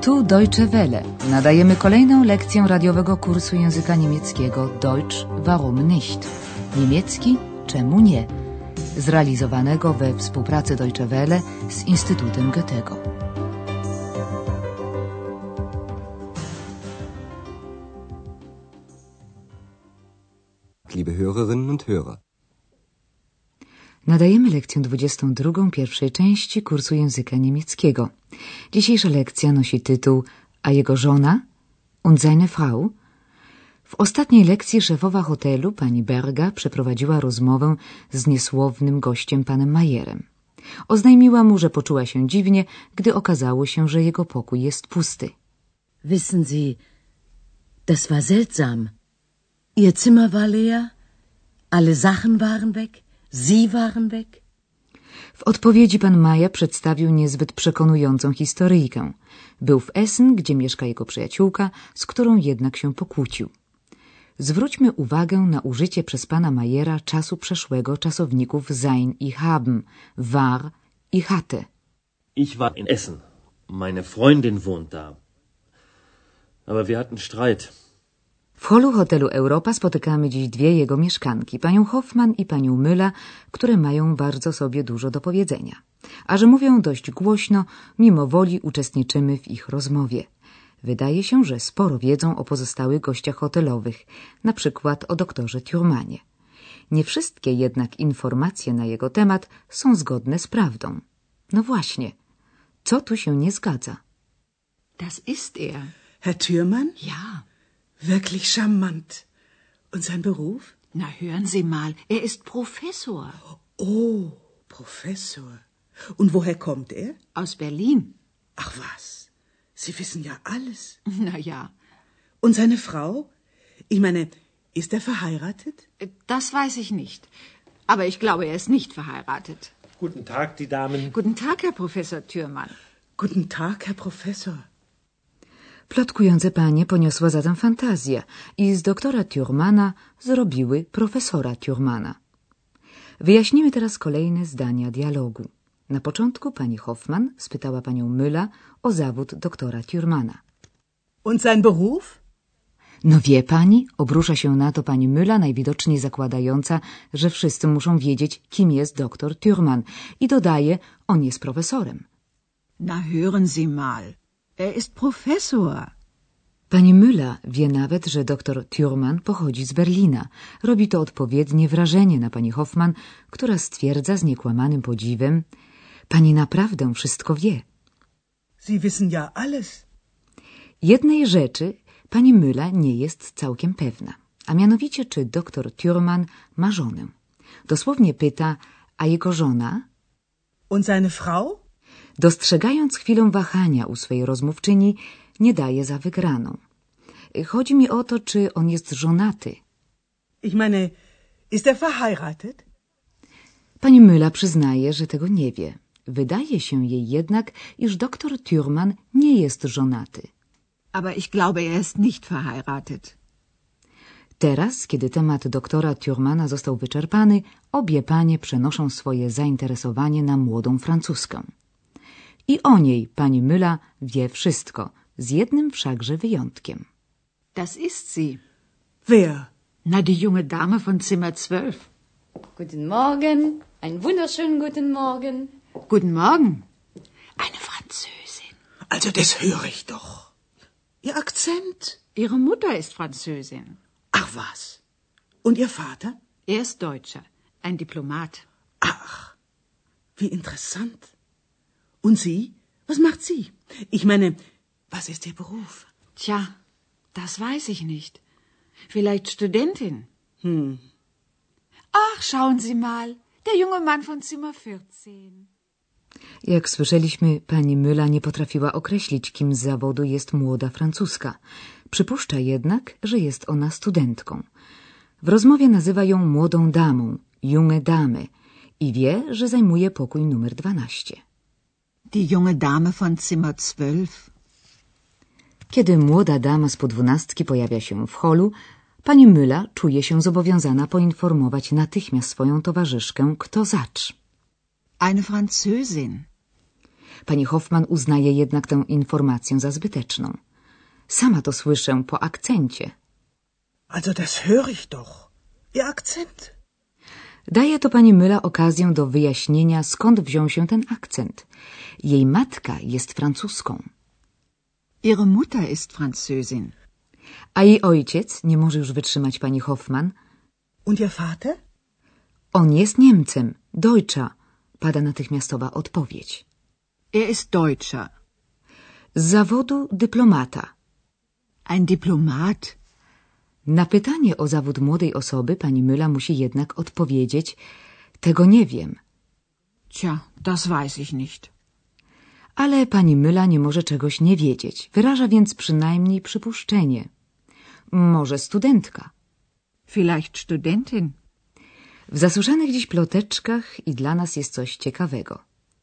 Tu Deutsche Welle. Nadajemy kolejną lekcję radiowego kursu języka niemieckiego Deutsch, warum nicht? Niemiecki, czemu nie? Zrealizowanego we współpracy Deutsche Welle z Instytutem Goethego. Liebe Hörerinnen und Hörer. Nadajemy lekcję 22 pierwszej części kursu języka niemieckiego. Dzisiejsza lekcja nosi tytuł A jego żona und seine Frau. W ostatniej lekcji szefowa hotelu, pani Berga, przeprowadziła rozmowę z niesłownym gościem panem Mayerem. Oznajmiła mu, że poczuła się dziwnie, gdy okazało się, że jego pokój jest pusty. Wissen Sie, das war seltsam. Ihr Zimmer war leer, alle Sachen waren weg, Sie waren weg. W odpowiedzi pan Maja przedstawił niezbyt przekonującą historyjkę. Był w Essen, gdzie mieszka jego przyjaciółka, z którą jednak się pokłócił. Zwróćmy uwagę na użycie przez pana Mayera czasu przeszłego czasowników sein i haben, war i hatte. Ich war in Essen. Meine Freundin wohnt da. Aber wir hatten Streit. W holu hotelu Europa spotykamy dziś dwie jego mieszkanki, panią Hoffmann i panią Müller, które mają bardzo sobie dużo do powiedzenia. A że mówią dość głośno, mimo woli uczestniczymy w ich rozmowie. Wydaje się, że sporo wiedzą o pozostałych gościach hotelowych, na przykład o doktorze Thürmanie. Nie wszystkie jednak informacje na jego temat są zgodne z prawdą. No właśnie, co tu się nie zgadza? Das ist er. Herr Thürmann? Ja. Wirklich charmant. Und sein Beruf? Na, hören Sie mal, er ist Professor. Oh, Professor. Und woher kommt er? Aus Berlin. Ach was, Sie wissen ja alles. Na ja. Und seine Frau? Ich meine, ist er verheiratet? Das weiß ich nicht. Aber ich glaube, er ist nicht verheiratet. Guten Tag, die Damen. Guten Tag, Herr Professor Thürmann. Guten Tag, Herr Professor. Plotkujące panie poniosła zatem fantazja i z doktora Thürmana zrobiły profesora Thürmana. Wyjaśnimy teraz kolejne zdania dialogu. Na początku pani Hoffmann spytała panią Müller o zawód doktora Thürmana. Und sein Beruf? No wie pani, obrusza się na to pani Müller, najwidoczniej zakładająca, że wszyscy muszą wiedzieć, kim jest doktor Thürmann, i dodaje, on jest profesorem. Na, hören Sie mal, er ist Professor. Pani Müller wie nawet, że doktor Thürmann pochodzi z Berlina. Robi to odpowiednie wrażenie na pani Hoffmann, która stwierdza z niekłamanym podziwem, pani naprawdę wszystko wie. Sie wissen ja alles. Jednej rzeczy pani Müller nie jest całkiem pewna, a mianowicie, czy doktor Thürmann ma żonę. Dosłownie pyta, a jego żona? Und seine Frau? Dostrzegając chwilę wahania u swej rozmówczyni, nie daje za wygraną. Chodzi mi o to, czy on jest żonaty. Ich meine, ist er verheiratet? Pani Müller przyznaje, że tego nie wie. Wydaje się jej jednak, iż doktor Thürmann nie jest żonaty. Aber ich glaube, er ist nicht verheiratet. Teraz, kiedy temat doktora Thürmana został wyczerpany, obie panie przenoszą swoje zainteresowanie na młodą Francuskę. I o niej pani Müller wie wszystko, z jednym wszakże wyjątkiem. Das ist sie. Wer? Na, die junge Dame von Zimmer 12. Guten Morgen, einen wunderschönen guten Morgen. Guten Morgen. Eine Französin. Also das höre ich doch. Ihr Akzent? Ihre Mutter ist Französin. Ach was. Und Ihr Vater? Er ist Deutscher, ein Diplomat. Ach, wie interessant. Und Sie? Was macht sie? Ich meine, was ist Ihr Beruf? Tja, das weiß ich nicht. Vielleicht Studentin. Ach, schauen Sie mal, der junge Mann von Zimmer 14. Jak słyszeliśmy, pani Müller nie potrafiła określić, kim z zawodu jest młoda Francuska. Przypuszcza jednak, że jest ona studentką. W rozmowie nazywa ją młodą damą, junge Dame, i wie, że zajmuje pokój numer 12. Die junge Dame von Zimmer 12. Kiedy młoda dama z po12 pojawia się w holu, pani Müller czuje się zobowiązana poinformować natychmiast swoją towarzyszkę, kto zacz. Eine Französin. Pani Hoffmann uznaje jednak tę informację za zbyteczną. Sama to słyszę po akcencie. Also das höre ich doch. Ihr Akzent. Daje to pani Müller okazję do wyjaśnienia, skąd wziął się ten akcent. Jej matka jest Francuską. Ihre Mutter ist Französin. A jej ojciec, nie może już wytrzymać pani Hoffmann. Und Ihr Vater? On jest Niemcem, Deutscher, pada natychmiastowa odpowiedź. Er ist Deutscher. Z zawodu dyplomata. Ein Diplomat. Na pytanie o zawód młodej osoby pani Müller musi jednak odpowiedzieć: tego nie wiem. Tja, das weiß ich nicht. Ale pani Müller nie może czegoś nie wiedzieć. Wyraża więc przynajmniej przypuszczenie. Może studentka. Vielleicht Studentin. W zasłyszanych dziś ploteczkach i dla nas jest coś ciekawego.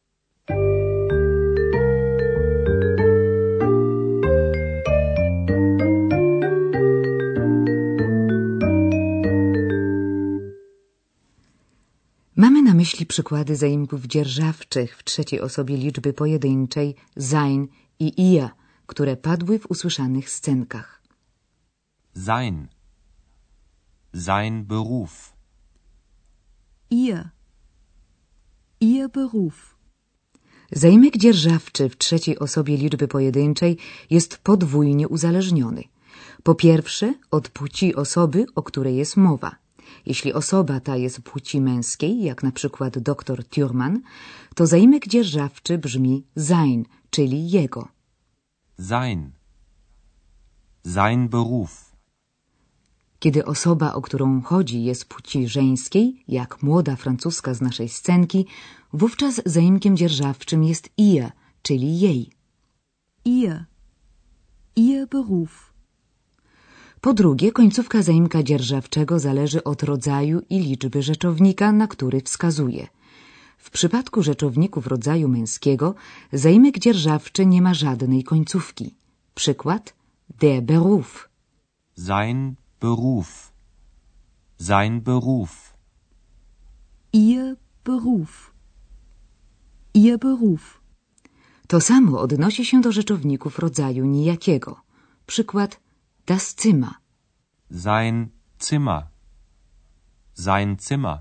Mamy na myśli przykłady zaimków dzierżawczych w trzeciej osobie liczby pojedynczej sein i ihr, które padły w usłyszanych scenkach. Sein. Sein Beruf. Ihr. Ihr Beruf. Zaimek dzierżawczy w trzeciej osobie liczby pojedynczej jest podwójnie uzależniony. Po pierwsze od płci osoby, o której jest mowa. Jeśli osoba ta jest płci męskiej, jak na przykład dr Thürmann, to zaimek dzierżawczy brzmi sein, czyli jego. Sein. Sein Beruf. Kiedy osoba, o którą chodzi, jest płci żeńskiej, jak młoda francuska z naszej scenki, wówczas zaimkiem dzierżawczym jest ihr, czyli jej. Ihr. Ihr Beruf. Po drugie, końcówka zaimka dzierżawczego zależy od rodzaju i liczby rzeczownika, na który wskazuje. W przypadku rzeczowników rodzaju męskiego zaimek dzierżawczy nie ma żadnej końcówki. Przykład: der Beruf. Sein Beruf. Sein Beruf. Ihr Beruf. Ihr Beruf. To samo odnosi się do rzeczowników rodzaju nijakiego. Przykład: das Zimmer. Sein Zimmer. Sein Zimmer.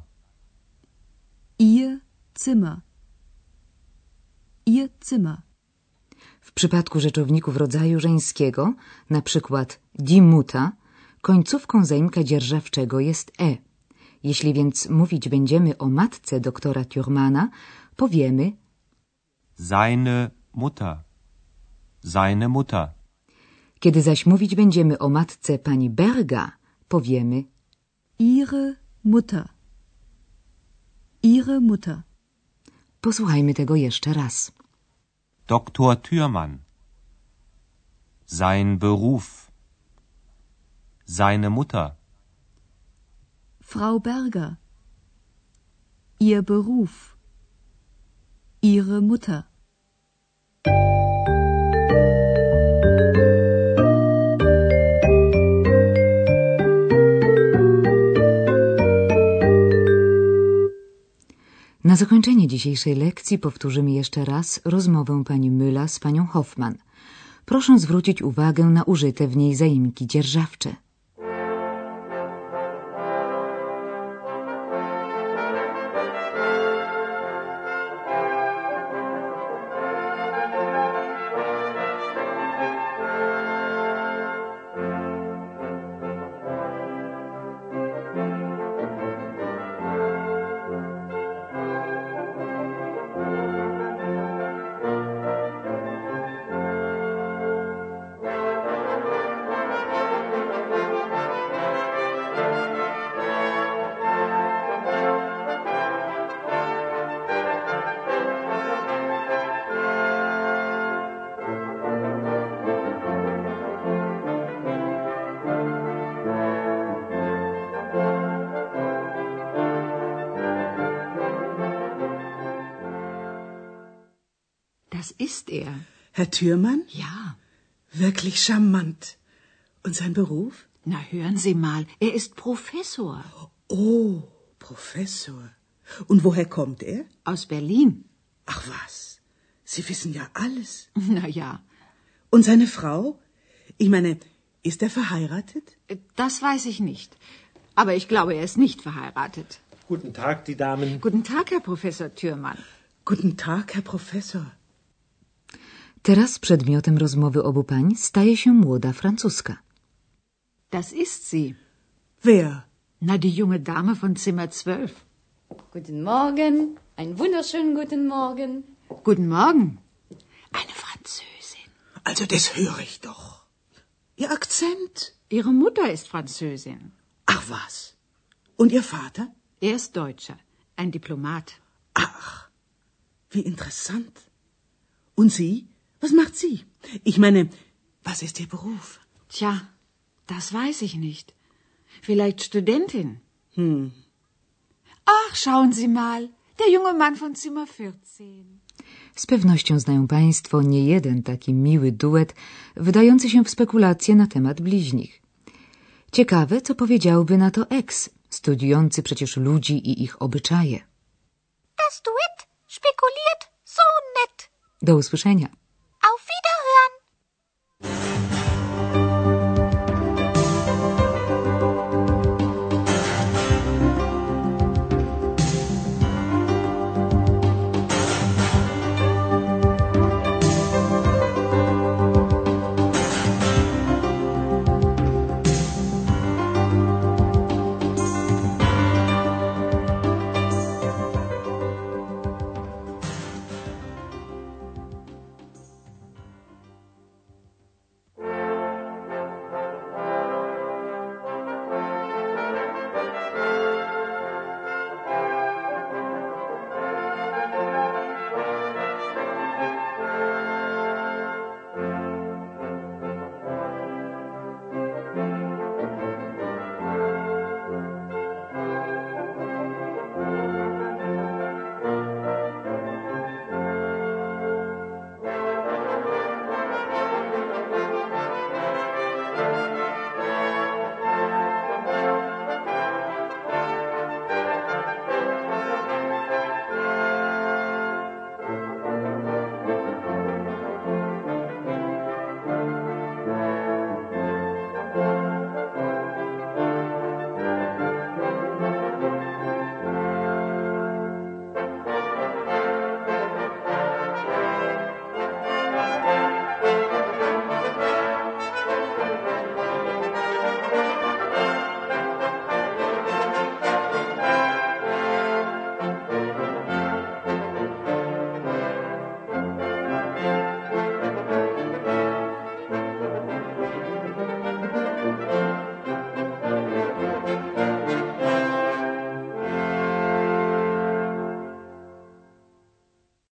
Ihr Zimmer. Ihr Zimmer. W przypadku rzeczowników rodzaju żeńskiego, na przykład die Mutter, końcówką zaimka dzierżawczego jest e. Jeśli więc mówić będziemy o matce doktora Thürmana, powiemy Seine Mutter. Seine Mutter. Kiedy zaś mówić będziemy o matce pani Berga, powiemy Ihre Mutter. Ihre Mutter. Posłuchajmy tego jeszcze raz. Dr. Thürmann. Sein Beruf. Seine Mutter. Frau Berger. Ihr Beruf. Ihre Mutter. Na zakończenie dzisiejszej lekcji powtórzymy jeszcze raz rozmowę pani Müller z panią Hoffmann. Proszę zwrócić uwagę na użyte w niej zaimki dzierżawcze. Das ist er. Herr Thürmann? Ja. Wirklich charmant. Und sein Beruf? Na, hören Sie mal, er ist Professor. Oh, Professor. Und woher kommt er? Aus Berlin. Ach was, Sie wissen ja alles. Na ja, Und seine Frau? Ich meine, ist er verheiratet? das weiß ich nicht. Aber ich glaube, er ist nicht verheiratet. Guten Tag, die Damen. Guten Tag, Herr Professor Thürmann. Guten Tag, Herr Professor. Teraz przedmiotem rozmowy obu pań staje się młoda Francuska. Das ist sie. Wer? Na, die junge Dame von Zimmer 12. Guten Morgen. Einen wunderschönen guten Morgen. Guten Morgen. Eine Französin. Also das höre ich doch. Ihr Akzent. Ihre Mutter ist Französin. Ach was. Und Ihr Vater? Er ist Deutscher, ein Diplomat. Ach, wie interessant. Und Sie? Was macht sie? Ich meine, was ist Ihr Beruf? Tja, das weiß ich nicht. Vielleicht Studentin. Ach, schauen Sie mal, der junge Mann von Zimmer 14. Z pewnością znają Państwo niejeden taki miły duet, wdający się w spekulacje na temat bliźnich. Ciekawe, co powiedziałby na to Ex, studiujący przecież ludzi i ich obyczaje. Das Duett spekuliert so nett. Do usłyszenia.